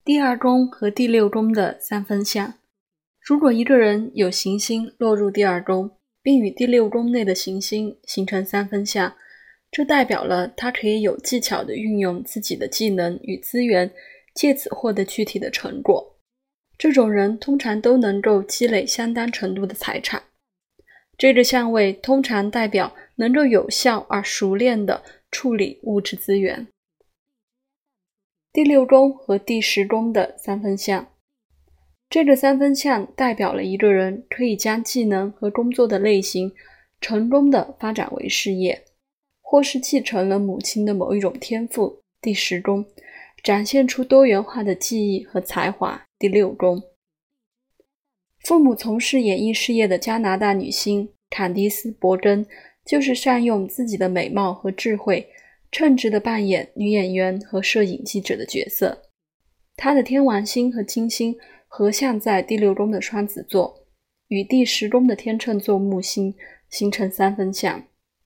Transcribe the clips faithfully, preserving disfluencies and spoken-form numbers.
第二宫和第六宫的三分相。如果一个人有行星落入第二宫，并与第六宫内的行星形成三分相，这代表了他可以有技巧地运用自己的技能与资源，借此获得具体的成果。这种人通常都能够积累相当程度的财产。这个相位通常代表能够有效而熟练地处理物质资源。第六宫和第十宫的三分相。这个三分相代表了一个人可以将技能和工作的类型成功地发展为事业，或是继承了母亲的某一种天赋，第十宫，展现出多元化的技艺和才华，第六宫。父母从事演艺事业的加拿大女星坎迪斯·伯根就是善用自己的美貌和智慧，称职地扮演女演员和摄影记者的角色。她的天王星和金星合相在第六宫的双子座，与第十宫的天秤座木星形成三分相。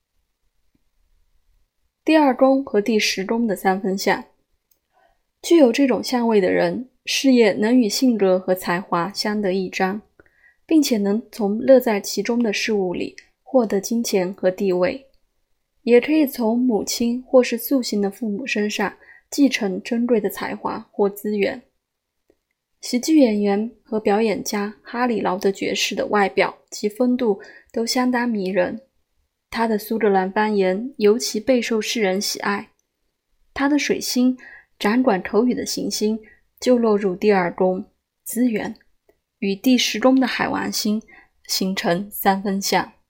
第二宫和第十宫的三分相。具有这种相位的人，事业能与性格和才华相得益彰，并且能从乐在其中的事物里获得金钱和地位，也可以从母亲或是塑形的父母身上继承珍贵的才华或资源。喜剧演员和表演家哈里·劳德爵士的外表及风度都相当迷人，他的苏格兰方言尤其备受世人喜爱。他的水星掌管口语的行星就落入第二宫，资源，与第十宫的海王星形成三分相。